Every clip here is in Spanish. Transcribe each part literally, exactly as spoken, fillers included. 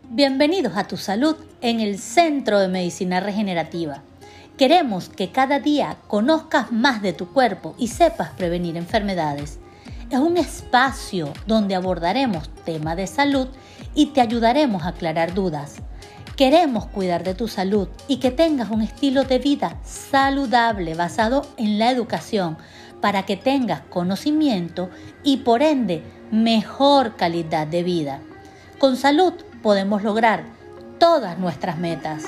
Bienvenidos a Tu Salud en el Centro de Medicina Regenerativa. Queremos que cada día conozcas más de tu cuerpo y sepas prevenir enfermedades. Es un espacio donde abordaremos temas de salud y te ayudaremos a aclarar dudas. Queremos cuidar de tu salud y que tengas un estilo de vida saludable basado en la educación para que tengas conocimiento y por ende mejor calidad de vida. Con salud podemos lograr todas nuestras metas.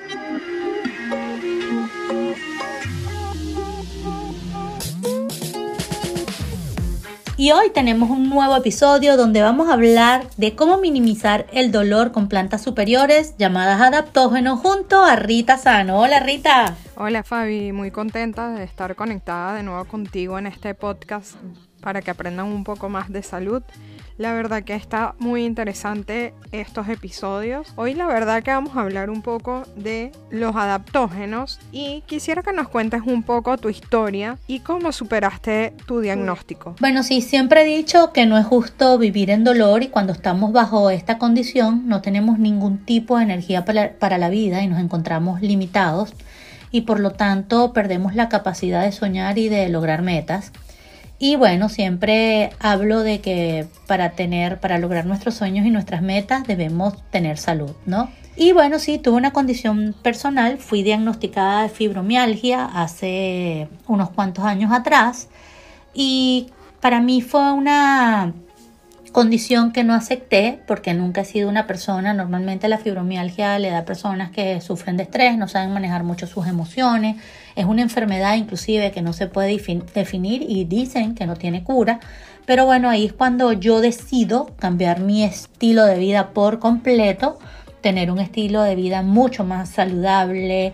Y hoy tenemos un nuevo episodio donde vamos a hablar de cómo minimizar el dolor con plantas superiores llamadas adaptógenos junto a Rita Sano. Hola Rita. Hola Fabi, muy contenta de estar conectada de nuevo contigo en este podcast para que aprendan un poco más de salud. La verdad que está muy interesante estos episodios. Hoy la verdad que vamos a hablar un poco de los adaptógenos y quisiera que nos cuentes un poco tu historia y cómo superaste tu diagnóstico. Bueno, sí, siempre he dicho que no es justo vivir en dolor y cuando estamos bajo esta condición no tenemos ningún tipo de energía para, para la vida y nos encontramos limitados y por lo tanto perdemos la capacidad de soñar y de lograr metas. Y bueno, siempre hablo de que para tener, para lograr nuestros sueños y nuestras metas debemos tener salud, ¿no? Y bueno, sí, tuve una condición personal, fui diagnosticada de fibromialgia hace unos cuantos años atrás y para mí fue una condición que no acepté porque nunca he sido una persona, normalmente la fibromialgia le da a personas que sufren de estrés, no saben manejar mucho sus emociones, es una enfermedad inclusive que no se puede definir y dicen que no tiene cura, pero bueno, ahí es cuando yo decido cambiar mi estilo de vida por completo, tener un estilo de vida mucho más saludable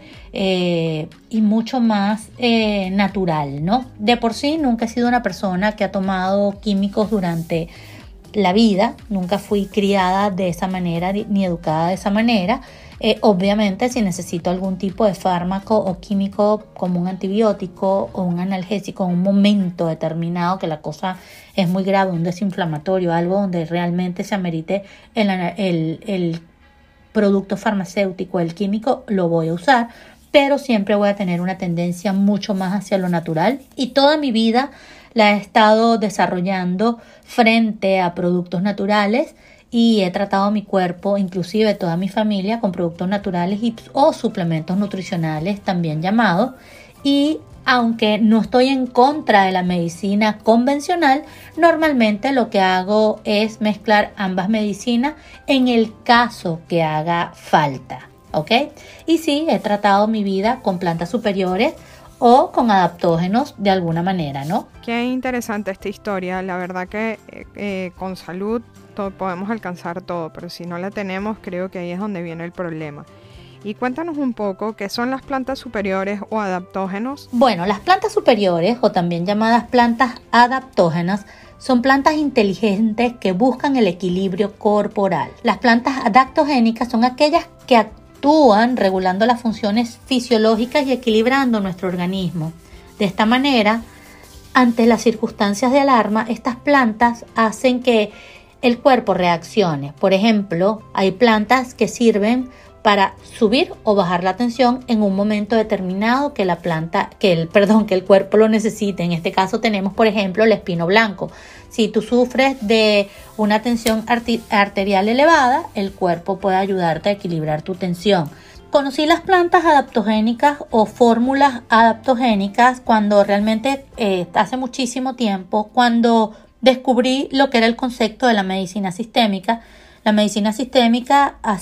eh, y mucho más eh, natural, ¿no? De por sí nunca he sido una persona que ha tomado químicos durante la vida, nunca fui criada de esa manera ni educada de esa manera. Eh, obviamente si necesito algún tipo de fármaco o químico como un antibiótico o un analgésico en un momento determinado que la cosa es muy grave, un desinflamatorio, algo donde realmente se amerite el, el, el producto farmacéutico, el químico, lo voy a usar, pero siempre voy a tener una tendencia mucho más hacia lo natural y toda mi vida la he estado desarrollando frente a productos naturales y he tratado mi cuerpo, inclusive toda mi familia, con productos naturales y, o suplementos nutricionales también llamados. Y aunque no estoy en contra de la medicina convencional, normalmente lo que hago es mezclar ambas medicinas en el caso que haga falta, ¿ok? Y sí, he tratado mi vida con plantas superiores o con adaptógenos de alguna manera, ¿no? Qué interesante esta historia. La verdad que eh, con salud todo, podemos alcanzar todo, pero si no la tenemos, creo que ahí es donde viene el problema. Y cuéntanos un poco qué son las plantas superiores o adaptógenos. Bueno, las plantas superiores, o también llamadas plantas adaptógenas, son plantas inteligentes que buscan el equilibrio corporal. Las plantas adaptogénicas son aquellas que actúan actúan regulando las funciones fisiológicas y equilibrando nuestro organismo. De esta manera, ante las circunstancias de alarma, estas plantas hacen que el cuerpo reaccione. Por ejemplo, hay plantas que sirven para subir o bajar la tensión en un momento determinado que la planta, que el, perdón, que el cuerpo lo necesite. En este caso tenemos, por ejemplo, el espino blanco. Si tú sufres de una tensión arterial elevada, el cuerpo puede ayudarte a equilibrar tu tensión. Conocí las plantas adaptogénicas o fórmulas adaptogénicas cuando realmente eh, hace muchísimo tiempo, cuando descubrí lo que era el concepto de la medicina sistémica. La medicina sistémica ha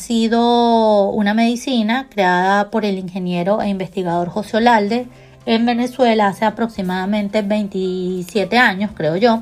sido una medicina creada por el ingeniero e investigador José Olalde en Venezuela hace aproximadamente veintisiete años, creo yo.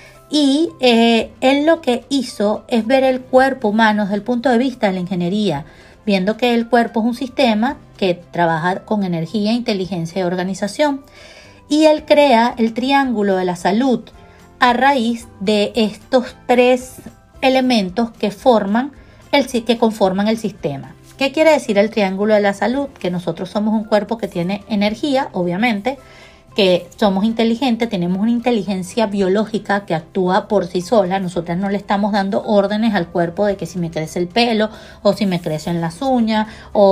Y eh, él lo que hizo es ver el cuerpo humano desde el punto de vista de la ingeniería, viendo que el cuerpo es un sistema que trabaja con energía, inteligencia y organización. Y él crea el triángulo de la salud a raíz de estos tres elementos que forman el, que conforman el sistema. ¿Qué quiere decir el triángulo de la salud? Que nosotros somos un cuerpo que tiene energía, obviamente, que somos inteligentes, tenemos una inteligencia biológica que actúa por sí sola. Nosotras no le estamos dando órdenes al cuerpo de que si me crece el pelo o si me crecen las uñas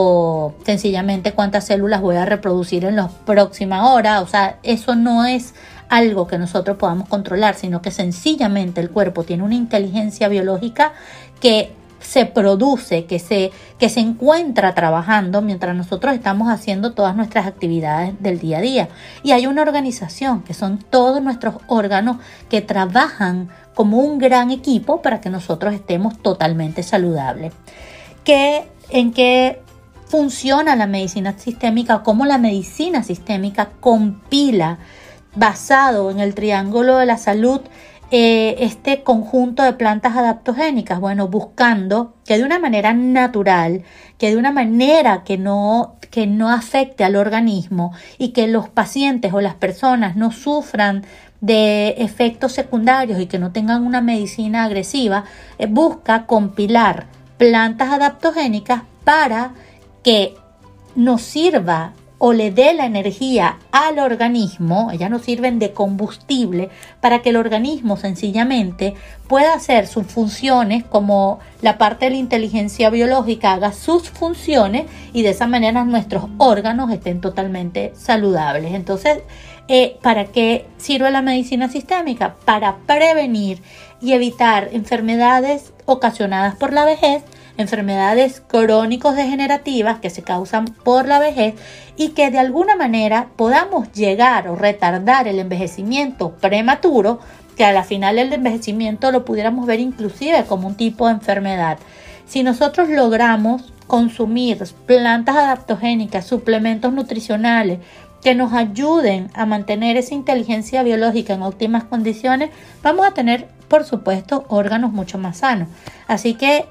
o sencillamente cuántas células voy a reproducir en las próximas horas. O sea, eso no es algo que nosotros podamos controlar, sino que sencillamente el cuerpo tiene una inteligencia biológica que se produce, que se, que se encuentra trabajando mientras nosotros estamos haciendo todas nuestras actividades del día a día. Y hay una organización que son todos nuestros órganos que trabajan como un gran equipo para que nosotros estemos totalmente saludables. ¿Qué, en qué funciona la medicina sistémica? ¿Cómo la medicina sistémica compila, basado en el triángulo de la salud, Eh, este conjunto de plantas adaptogénicas? Bueno, buscando que de una manera natural, que de una manera que no, que no afecte al organismo y que los pacientes o las personas no sufran de efectos secundarios y que no tengan una medicina agresiva, eh, busca compilar plantas adaptogénicas para que nos sirva o le dé la energía al organismo. Ellas nos sirven de combustible para que el organismo sencillamente pueda hacer sus funciones, como la parte de la inteligencia biológica haga sus funciones, y de esa manera nuestros órganos estén totalmente saludables. Entonces, eh, ¿para qué sirve la medicina sistémica? Para prevenir y evitar enfermedades ocasionadas por la vejez, enfermedades crónicos degenerativas que se causan por la vejez, y que de alguna manera podamos llegar o retardar el envejecimiento prematuro, que a la final el envejecimiento lo pudiéramos ver inclusive como un tipo de enfermedad. Si nosotros logramos consumir plantas adaptogénicas, suplementos nutricionales que nos ayuden a mantener esa inteligencia biológica en óptimas condiciones, vamos a tener, por supuesto, órganos mucho más sanos. Así que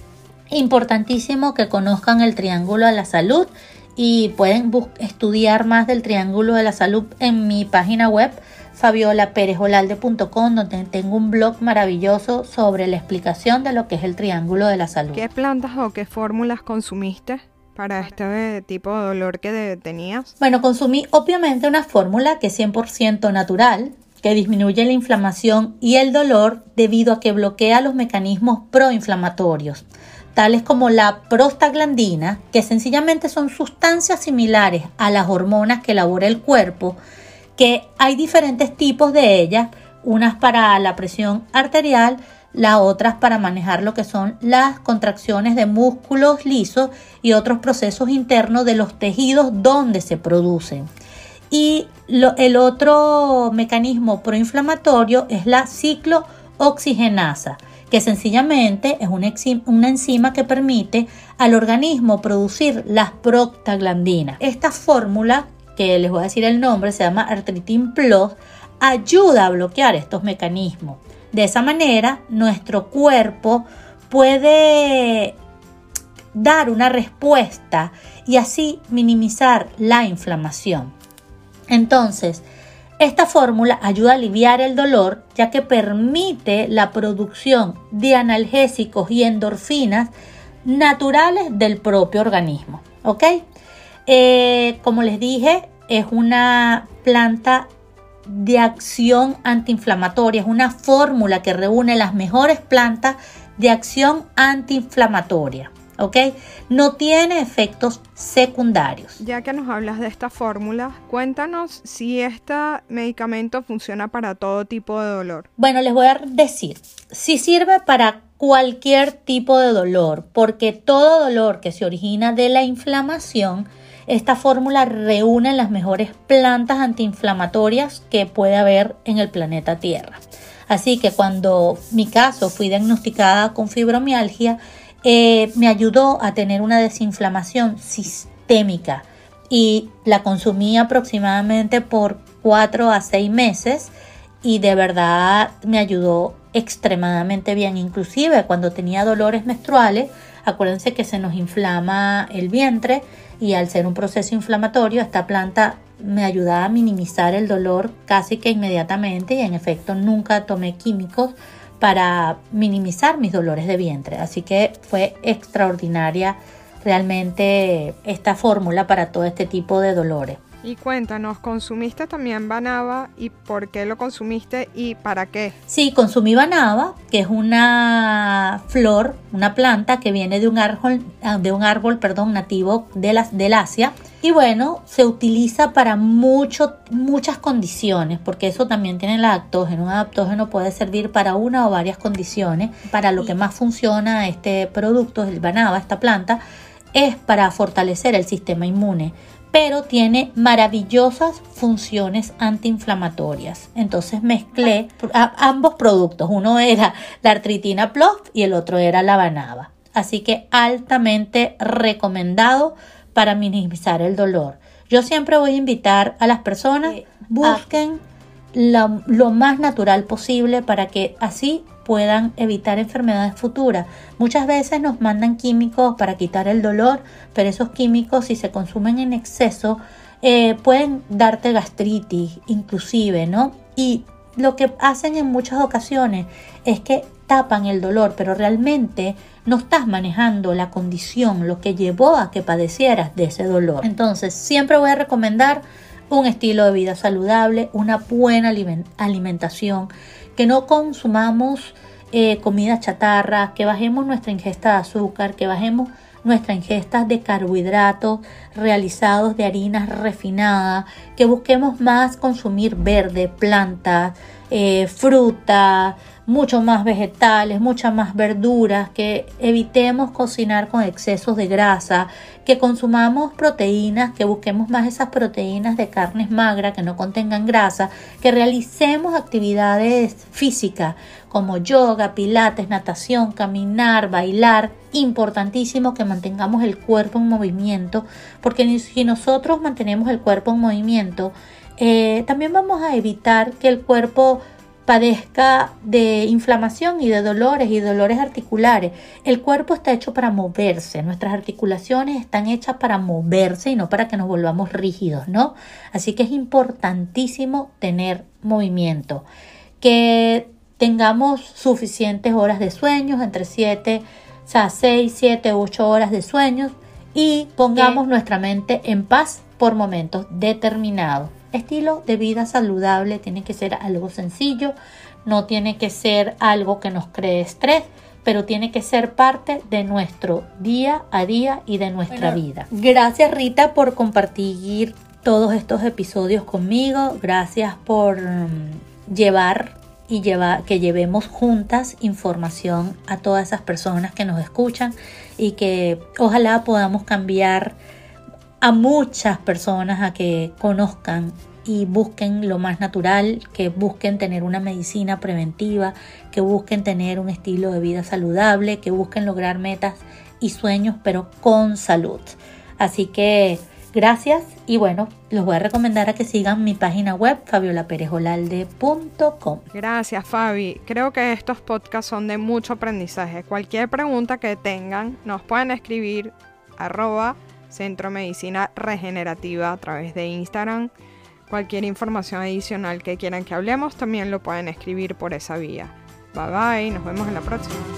importantísimo que conozcan el triángulo de la salud, y pueden estudiar más del triángulo de la salud en mi página web fabiola perez olalde punto com, donde tengo un blog maravilloso sobre la explicación de lo que es el triángulo de la salud. ¿Qué plantas o qué fórmulas consumiste para este tipo de dolor que tenías? Bueno, consumí obviamente una fórmula que es cien por ciento natural, que disminuye la inflamación y el dolor debido a que bloquea los mecanismos proinflamatorios, tales como la prostaglandina, que sencillamente son sustancias similares a las hormonas que elabora el cuerpo, que hay diferentes tipos de ellas, unas para la presión arterial, las otras para manejar lo que son las contracciones de músculos lisos y otros procesos internos de los tejidos donde se producen. Y lo, el otro mecanismo proinflamatorio es la ciclooxigenasa, que sencillamente es una, una enzima que permite al organismo producir las prostaglandinas. Esta fórmula, que les voy a decir el nombre, se llama Artritin Plus, ayuda a bloquear estos mecanismos. De esa manera, nuestro cuerpo puede dar una respuesta y así minimizar la inflamación. Entonces, esta fórmula ayuda a aliviar el dolor, ya que permite la producción de analgésicos y endorfinas naturales del propio organismo. ¿Ok? Eh, como les dije, es una planta de acción antiinflamatoria, es una fórmula que reúne las mejores plantas de acción antiinflamatoria. ¿Ok? No tiene efectos secundarios. Ya que nos hablas de esta fórmula, cuéntanos si este medicamento funciona para todo tipo de dolor. Bueno, les voy a decir, si sirve para cualquier tipo de dolor, porque todo dolor que se origina de la inflamación, esta fórmula reúne las mejores plantas antiinflamatorias que puede haber en el planeta Tierra. Así que cuando mi caso fui diagnosticada con fibromialgia, Eh, me ayudó a tener una desinflamación sistémica, y la consumí aproximadamente por cuatro a seis meses y de verdad me ayudó extremadamente bien. Inclusive cuando tenía dolores menstruales, acuérdense que se nos inflama el vientre, y al ser un proceso inflamatorio, esta planta me ayudaba a minimizar el dolor casi que inmediatamente, y en efecto nunca tomé químicos para minimizar mis dolores de vientre. Así que fue extraordinaria realmente esta fórmula para todo este tipo de dolores. Y cuéntanos, ¿consumiste también banaba y por qué lo consumiste y para qué? Sí, consumí banaba, que es una flor, una planta que viene de un árbol, de un árbol, perdón, nativo de las, del Asia. Y bueno, se utiliza para mucho, muchas condiciones, porque eso también tiene el adaptógeno. Un adaptógeno puede servir para una o varias condiciones. Para lo que más funciona este producto, el banaba, esta planta, es para fortalecer el sistema inmune, pero tiene maravillosas funciones antiinflamatorias. Entonces mezclé a ambos productos. Uno era la artritina plus y el otro era la banaba. Así que altamente recomendado para minimizar el dolor. Yo siempre voy a invitar a las personas que busquen lo, lo más natural posible para que así puedan evitar enfermedades futuras. Muchas veces nos mandan químicos para quitar el dolor, pero esos químicos, si se consumen en exceso, eh, pueden darte gastritis inclusive, ¿no? Y lo que hacen en muchas ocasiones es que tapan el dolor, pero realmente no estás manejando la condición, lo que llevó a que padecieras de ese dolor. Entonces, siempre voy a recomendar un estilo de vida saludable, una buena alimentación, que no consumamos eh, comida chatarra, que bajemos nuestra ingesta de azúcar, que bajemos nuestra ingesta de carbohidratos realizados de harinas refinadas, que busquemos más consumir verde, plantas, eh, fruta, mucho más vegetales, muchas más verduras, que evitemos cocinar con excesos de grasa, que consumamos proteínas, que busquemos más esas proteínas de carnes magras que no contengan grasa, que realicemos actividades físicas como yoga, pilates, natación, caminar, bailar. Importantísimo que mantengamos el cuerpo en movimiento, porque si nosotros mantenemos el cuerpo en movimiento, eh, también vamos a evitar que el cuerpo padezca de inflamación y de dolores y dolores articulares. El cuerpo está hecho para moverse, nuestras articulaciones están hechas para moverse y no para que nos volvamos rígidos, ¿no? Así que es importantísimo tener movimiento, que tengamos suficientes horas de sueño, entre siete, o sea, seis, siete, ocho horas de sueño, y pongamos ¿Qué? nuestra mente en paz por momentos determinados. Estilo de vida saludable tiene que ser algo sencillo, no tiene que ser algo que nos cree estrés, pero tiene que ser parte de nuestro día a día y de nuestra bueno, vida. Gracias, Rita, por compartir todos estos episodios conmigo. Gracias por um, llevar y llevar, que llevemos juntas información a todas esas personas que nos escuchan, y que ojalá podamos cambiar a muchas personas a que conozcan y busquen lo más natural, que busquen tener una medicina preventiva, que busquen tener un estilo de vida saludable, que busquen lograr metas y sueños, pero con salud. Así que gracias, y bueno, los voy a recomendar a que sigan mi página web fabiola perez olalde punto com. Gracias, Fabi. Creo que estos podcasts son de mucho aprendizaje. Cualquier pregunta que tengan nos pueden escribir arroba Centro Medicina Regenerativa a través de Instagram. Cualquier información adicional que quieran que hablemos también lo pueden escribir por esa vía. Bye bye, nos vemos en la próxima.